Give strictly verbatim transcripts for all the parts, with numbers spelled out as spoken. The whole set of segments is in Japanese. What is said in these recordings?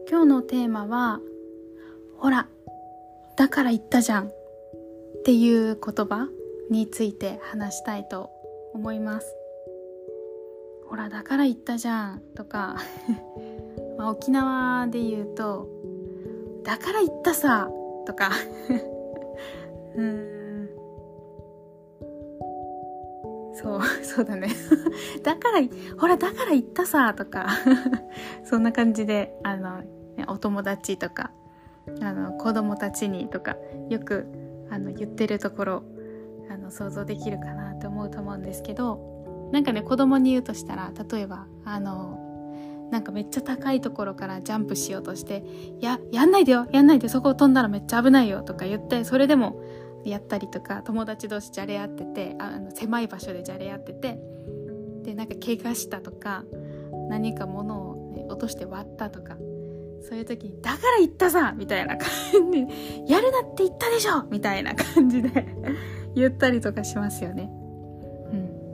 今日のテーマは、ほら、だから言ったじゃんっていう言葉について話したいと思います。ほら、だから言ったじゃんとか、まあ、沖縄で言うと、だから言ったさとか、うーん、そう、そうだね。だから、ほら、だから言ったさとか、そんな感じで、あの、お友達とか、あの子供たちにとかよくあの言ってるところあの想像できるかなと思うと思うんですけど、なんかね、子供に言うとしたら、例えばあのなんかめっちゃ高いところからジャンプしようとして、ややんないでよやんないで、そこを飛んだらめっちゃ危ないよとか言って、それでもやったりとか、友達同士じゃれ合ってて、あの狭い場所でじゃれ合ってて、でなんか怪我したとか、何か物を、ね、落として割ったとか、そういう時にだから言ったさみたいな感じで、やるなって言ったでしょみたいな感じで言ったりとかしますよね。うん。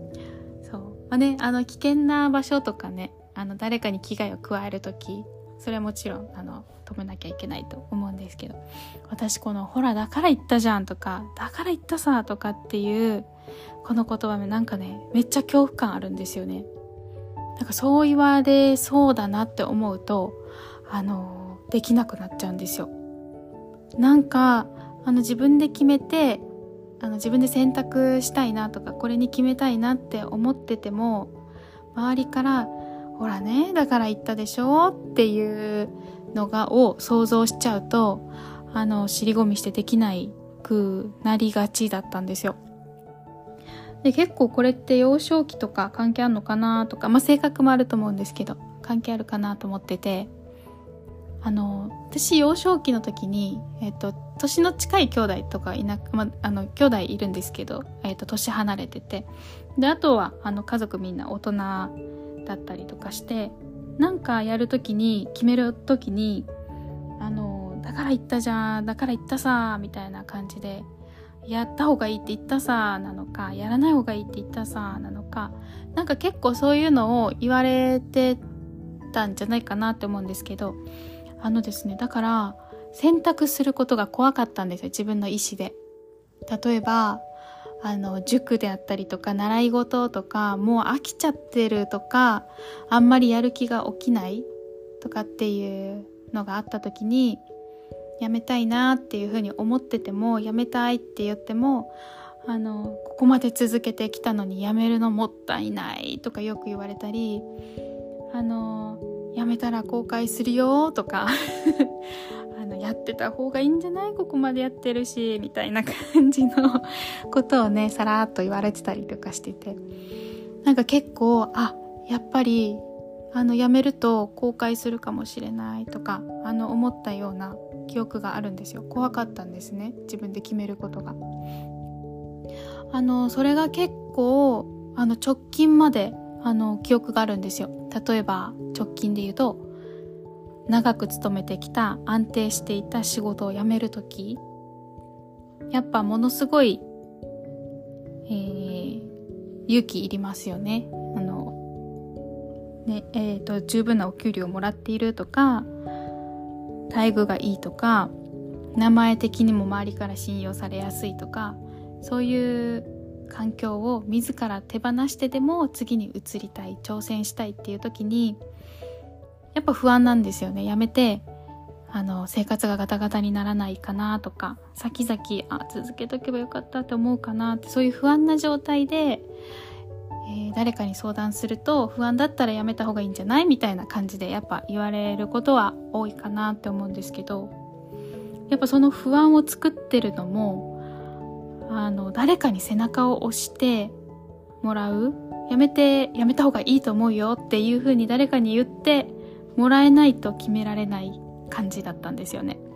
そう。まあね、あの危険な場所とかね、あの誰かに危害を加える時、それはもちろんあの止めなきゃいけないと思うんですけど、私このほらだから言ったじゃんとか、だから言ったさとかっていうこの言葉もなんかね、めっちゃ恐怖感あるんですよね。なんかそう言われそうだなって思うと、あのできなくなっちゃうんですよ。なんかあの自分で決めて、あの自分で選択したいなとか、これに決めたいなって思ってても、周りからほらね、だから言ったでしょっていうのがを想像しちゃうと、あの尻込みしてできないくなりがちだったんですよ。で、結構これって幼少期とか関係あるのかなとか、まあ性格もあると思うんですけど、関係あるかなと思ってて、あの私幼少期の時に、えっと年の近い兄弟とかいなく、まあの兄弟いるんですけど、えっと年離れてて、であとはあの家族みんな大人だったりとかして、なんかやる時に決める時に、あのだから言ったじゃん、だから言ったさみたいな感じで、やった方がいいって言ったさなのか、やらない方がいいって言ったさなのか、なんか結構そういうのを言われてたんじゃないかなって思うんですけど、あのですね、だから選択することが怖かったんですよ、自分の意思で。例えばあの塾であったりとか、習い事とか、もう飽きちゃってるとか、あんまりやる気が起きないとかっていうのがあった時に、やめたいなっていうふうに思ってても、やめたいって言っても、あのここまで続けてきたのにやめるのもったいないとかよく言われたり、あのやめたら後悔するよとかあのやってた方がいいんじゃない、ここまでやってるしみたいな感じのことをね、さらっと言われてたりとかしてて、なんか結構、あ、やっぱりあのやめると後悔するかもしれないとか、あの思ったような記憶があるんですよ。怖かったんですね、自分で決めることが。あのそれが結構あの直近まであの記憶があるんですよ。例えば直近で言うと、長く勤めてきた安定していた仕事を辞めるとき、やっぱものすごい、えー、勇気いりますよね。あのね、えーと、十分なお給料をもらっているとか、待遇がいいとか、名前的にも周りから信用されやすいとか、そういう環境を自ら手放してでも次に移りたい、挑戦したいっていう時に、やっぱ不安なんですよね。辞めてあの生活がガタガタにならないかなとか、先々あ続けとけばよかったって思うかなって、そういう不安な状態で、えー、誰かに相談すると、不安だったら辞めた方がいいんじゃないみたいな感じでやっぱ言われることは多いかなって思うんですけど、やっぱその不安を作ってるのも、あの誰かに背中を押してもらう、やめてやめた方がいいと思うよっていう風に誰かに言ってもらえないと決められない感じだったんですよね。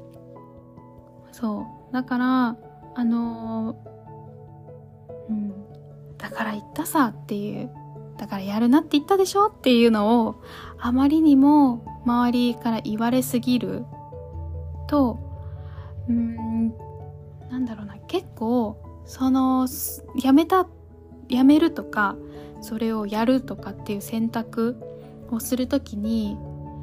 そうだからあのー、うんだから言ったさっていう、だからやるなって言ったでしょっていうのをあまりにも周りから言われすぎると、うーんなんだろうな、結構そのやめたやめるとか、それをやるとかっていう選択をするときに、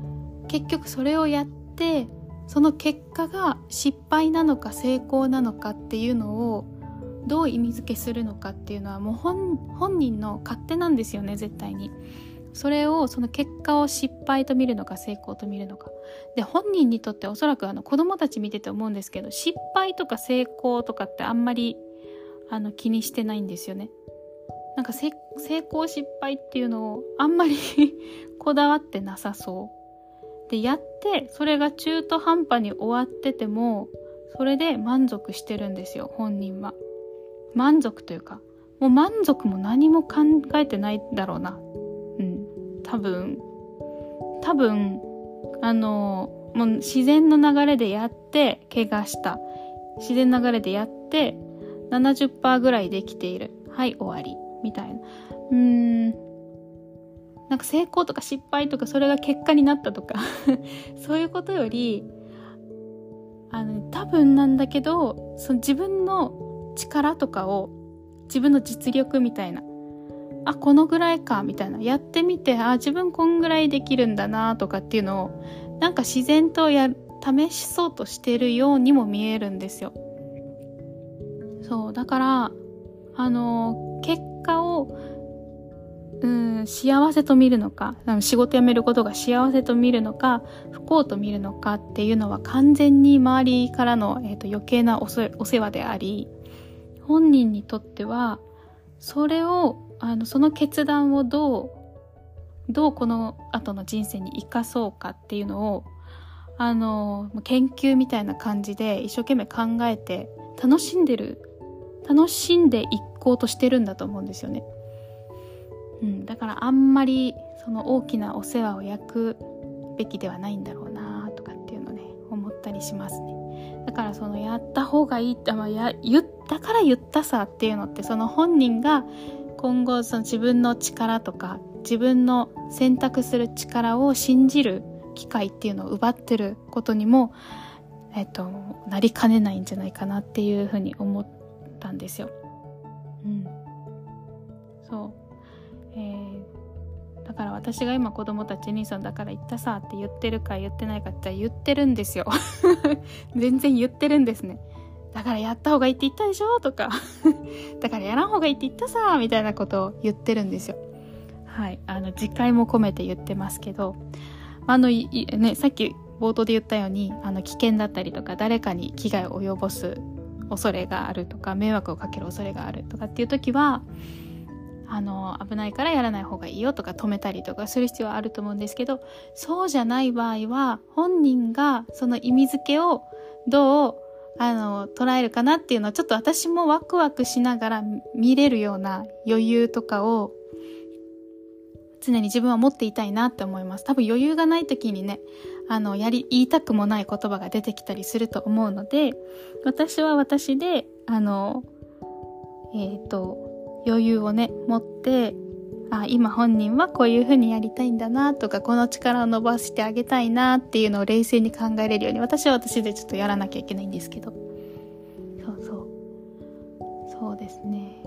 結局それをやってその結果が失敗なのか成功なのかっていうのをどう意味付けするのかっていうのはもう 本, 本人の勝手なんですよね。絶対にそれをその結果を失敗と見るのか成功と見るのかで、本人にとっておそらくあの子供たち見てて思うんですけど、失敗とか成功とかってあんまりあの気にしてないんですよね。なんか成功失敗っていうのをあんまりこだわってなさそうで、やってそれが中途半端に終わっててもそれで満足してるんですよ。本人は満足というか、もう満足も何も考えてないだろうな。うん多分多分あのもう自然の流れでやって怪我した、自然の流れでやってななじゅっパーセント ぐらいできている、はい終わりみたいな。うーんなんか成功とか失敗とかそれが結果になったとかそういうことよりあの多分なんだけど、その自分の力とかを自分の実力みたいな、あこのぐらいかみたいな、やってみてあ自分こんぐらいできるんだなとかっていうのをなんか自然とや試しそうとしてるようにも見えるんですよ。そうだからあの結果をうん幸せと見るのか、仕事辞めることが幸せと見るのか不幸と見るのかっていうのは完全に周りからの、えーと、余計なお世、お世話であり、本人にとってはそれをあのその決断をどうどうこの後の人生に生かそうかっていうのをあの研究みたいな感じで一生懸命考えて楽しんでる楽しんでいこうとしてるんだと思うんですよね。うん、だからあんまりその大きなお世話を焼くべきではないんだろうなとかっていうのね思ったりしますね。だからそのやった方がいいって、まあ、や言ったから言ったさっていうのってその本人が今後その自分の力とか自分の選択する力を信じる機会っていうのを奪ってることにも、えっと、なりかねないんじゃないかなっていうふうに思ったんですよ。うん、そうえー、だから私が今子供たちにそのだから言ったさって言ってるか言ってないかって言ってるんですよ全然言ってるんですね。だからやった方がいいって言ったでしょとかだからやらん方がいいって言ったさみたいなことを言ってるんですよ。はい、あの自戒も込めて言ってますけど、あのいね、さっき冒頭で言ったようにあの危険だったりとか誰かに危害を及ぼす恐れがあるとか迷惑をかける恐れがあるとかっていう時はあの危ないからやらない方がいいよとか止めたりとかする必要はあると思うんですけど、そうじゃない場合は本人がその意味付けをどうあの捉えるかなっていうのをちょっと私もワクワクしながら見れるような余裕とかを常に自分は持っていたいなって思います。多分余裕がない時にねあのやり言いたくもない言葉が出てきたりすると思うので、私は私であのえっと余裕をね持って、あ今本人はこういう風にやりたいんだなとかこの力を伸ばしてあげたいなっていうのを冷静に考えれるように私は私でちょっとやらなきゃいけないんですけど、そうそうそうですね、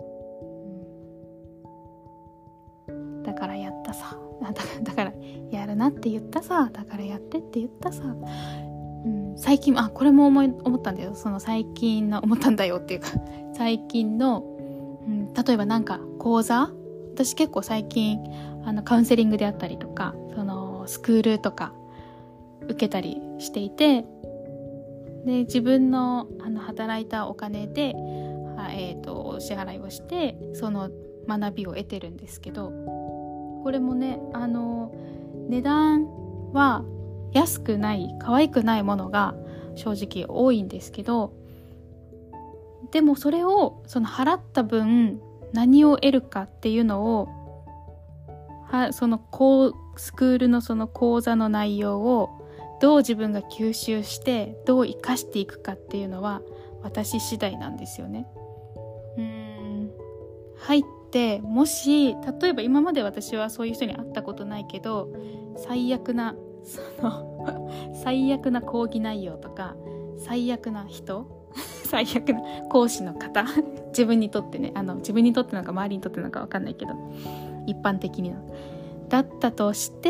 うん、だからやったさだだからやるなって言ったさだからやってって言ったさ、うん、最近あこれも思い思ったんだよ。その最近の思ったんだよっていうか最近のうん、例えばなんか講座、私結構最近あのカウンセリングであったりとかそのスクールとか受けたりしていて、で自分の、あの働いたお金で、えーと、お支払いをしてその学びを得てるんですけど、これもねあの値段は安くない可愛くないものが正直多いんですけど、でもそれをその払った分何を得るかっていうのをはそのこうスクールのその講座の内容をどう自分が吸収してどう生かしていくかっていうのは私次第なんですよね。うーん入ってもし例えば今まで私はそういう人に会ったことないけど最悪なその最悪な講義内容とか最悪な人最悪な講師の方自分にとってねあの自分にとってなのか周りにとってなのか分かんないけど一般的にだったとして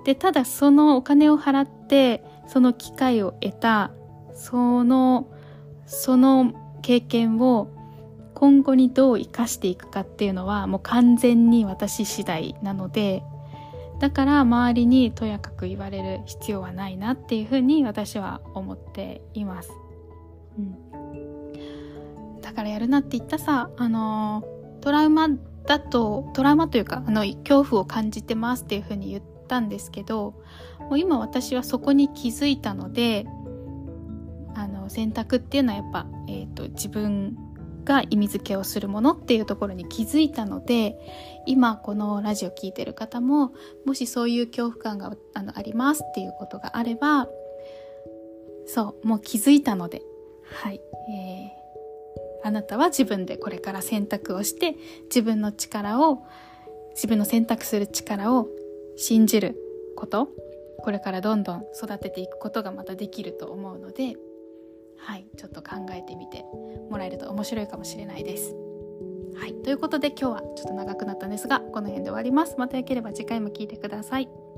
でただそのお金を払ってその機会を得たそのその経験を今後にどう生かしていくかっていうのはもう完全に私次第なので、だから周りにとやかく言われる必要はないなっていうふうに私は思っています、うん、だからやるなって言ったさ、あのトラウマだとトラウマというかあの恐怖を感じてますっていうふうに言ったんですけど、もう今私はそこに気づいたので、あの選択っていうのはやっぱ、えーと、自分が意味付けをするものっていうところに気づいたので、今このラジオ聞いてる方ももしそういう恐怖感が あのありますっていうことがあれば、そうもう気づいたので、はい、えー、あなたは自分でこれから選択をして自分の力を自分の選択する力を信じること、これからどんどん育てていくことがまたできると思うので、はい、ちょっと考えてみてもらえると面白いかもしれないです。はい、ということで今日はちょっと長くなったんですがこの辺で終わります。またよければ次回も聞いてください。